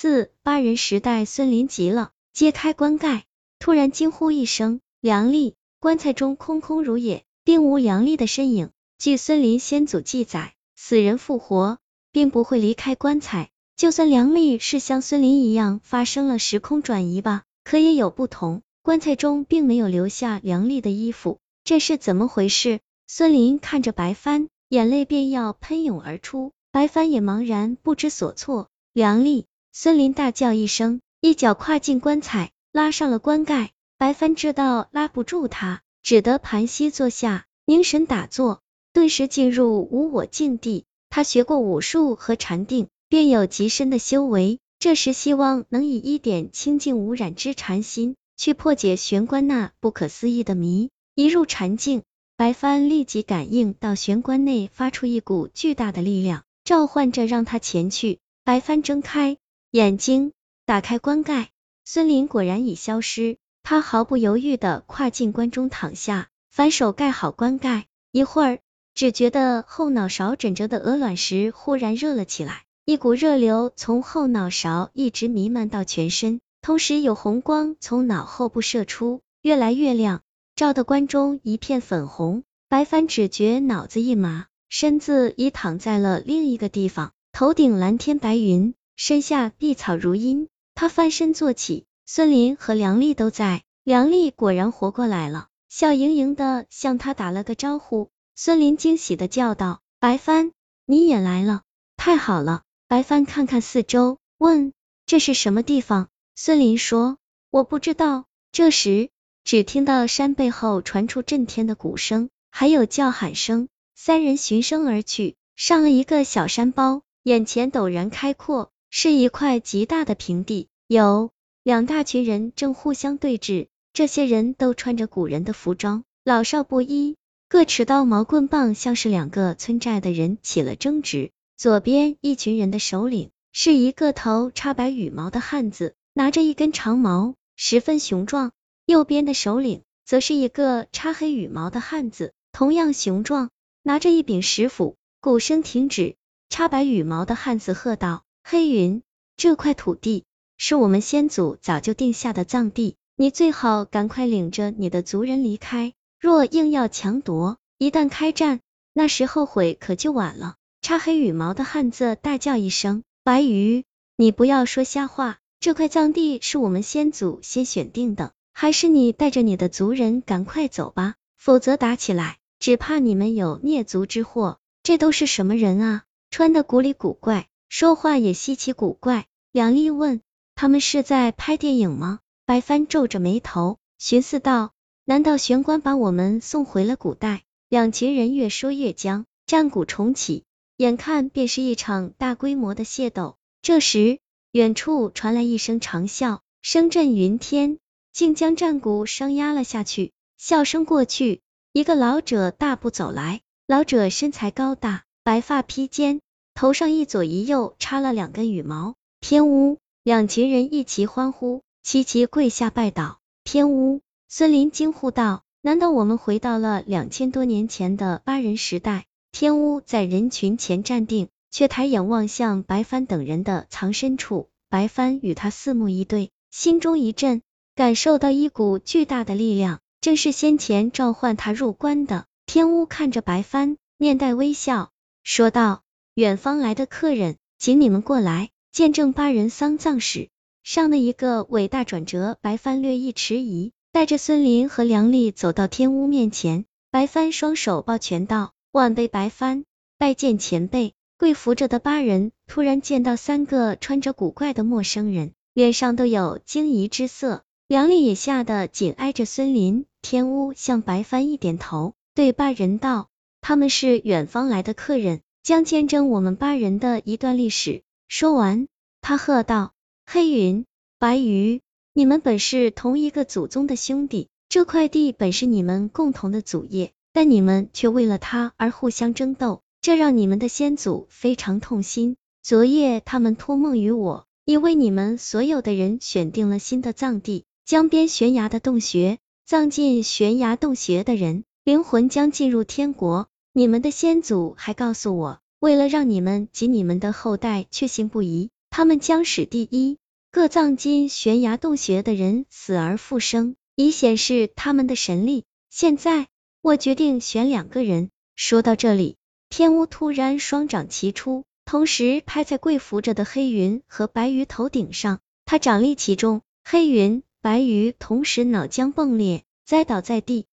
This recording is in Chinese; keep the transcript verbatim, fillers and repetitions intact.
四八人时代，孙林急了，揭开棺盖，突然惊呼一声：梁厉！棺材中空空如也，并无梁厉的身影。据孙林先祖记载，死人复活并不会离开棺材，就算梁厉是像孙林一样发生了时空转移吧，可也有不同，棺材中并没有留下梁厉的衣服，这是怎么回事？孙林看着白帆，眼泪便要喷涌而出，白帆也茫然不知所措。梁厉！孙林大叫一声，一脚跨进棺材，拉上了棺盖。白帆知道拉不住他，只得盘膝坐下，凝神打坐，顿时进入无我境地。他学过武术和禅定，便有极深的修为，这时希望能以一点清净无染之禅心，去破解玄关那不可思议的谜。一入禅境，白帆立即感应到玄关内发出一股巨大的力量，召唤着让他前去。白帆睁开眼睛，打开棺盖，孙林果然已消失。他毫不犹豫地跨进棺中躺下，反手盖好棺盖。一会儿，只觉得后脑勺枕着的鹅卵石忽然热了起来，一股热流从后脑勺一直弥漫到全身，同时有红光从脑后部射出，越来越亮，照得棺中一片粉红。白帆只觉脑子一麻，身子已躺在了另一个地方，头顶蓝天白云，身下碧草如茵。他翻身坐起，孙林和梁厉都在。梁厉果然活过来了，笑盈盈的向他打了个招呼。孙林惊喜的叫道：白帆，你也来了，太好了。白帆看看四周，问：这是什么地方？孙林说：我不知道。这时，只听到山背后传出震天的鼓声，还有叫喊声。三人循声而去，上了一个小山包，眼前陡然开阔，是一块极大的平地，有两大群人正互相对峙，这些人都穿着古人的服装，老少不一，各持刀矛棍棒，像是两个村寨的人起了争执。左边一群人的首领是一个头插白羽毛的汉子，拿着一根长矛，十分雄壮。右边的首领则是一个插黑羽毛的汉子，同样雄壮，拿着一柄石斧。鼓声停止，插白羽毛的汉子喝道：黑云，这块土地是我们先祖早就定下的葬地，你最好赶快领着你的族人离开，若硬要强夺，一旦开战，那时后悔可就晚了。插黑羽毛的汉子大叫一声：白鱼，你不要说瞎话，这块葬地是我们先祖先选定的，还是你带着你的族人赶快走吧，否则打起来，只怕你们有灭族之祸。这都是什么人啊？穿得古里古怪，说话也稀奇古怪。梁厉问：他们是在拍电影吗？白帆皱着眉头，寻思道：难道玄关把我们送回了古代？两群人越说越僵，战鼓重起，眼看便是一场大规模的械斗。这时，远处传来一声长啸，声震云天，竟将战鼓声压了下去。笑声过去，一个老者大步走来，老者身材高大，白发披肩，头上一左一右插了两根羽毛。天乌！两群人一齐欢呼，齐齐跪下拜倒。天乌！孙林惊呼道：难道我们回到了两千多年前的八人时代？天乌在人群前站定，却抬眼望向白帆等人的藏身处。白帆与他四目一对，心中一震，感受到一股巨大的力量，正是先前召唤他入关的。天乌看着白帆，面带微笑，说道：远方来的客人，请你们过来见证八人丧葬史上的一个伟大转折。白帆略一迟疑，带着孙林和梁厉走到天乌面前。白帆双手抱拳道：晚辈白帆，拜见前辈。跪伏着的八人突然见到三个穿着古怪的陌生人，脸上都有惊疑之色。梁厉也吓得紧挨着孙林。天乌向白帆一点头，对八人道：他们是远方来的客人，将见证我们八人的一段历史。说完，他喝道：黑云、白鱼，你们本是同一个祖宗的兄弟，这块地本是你们共同的祖业，但你们却为了他而互相争斗，这让你们的先祖非常痛心。昨夜他们托梦于我，已为你们所有的人选定了新的葬地，江边悬崖的洞穴，葬进悬崖洞穴的人，灵魂将进入天国。你们的先祖还告诉我，为了让你们及你们的后代确信不疑， 他们将使第一个葬进悬崖洞穴的人死而复生，以显示他们的神力。现在我决定选两个人。说到这里，天乌突然双掌齐出，同时拍在跪伏着的黑云和白鱼头顶上，他掌力其中，黑云、白鱼同时脑浆迸裂，栽倒在地。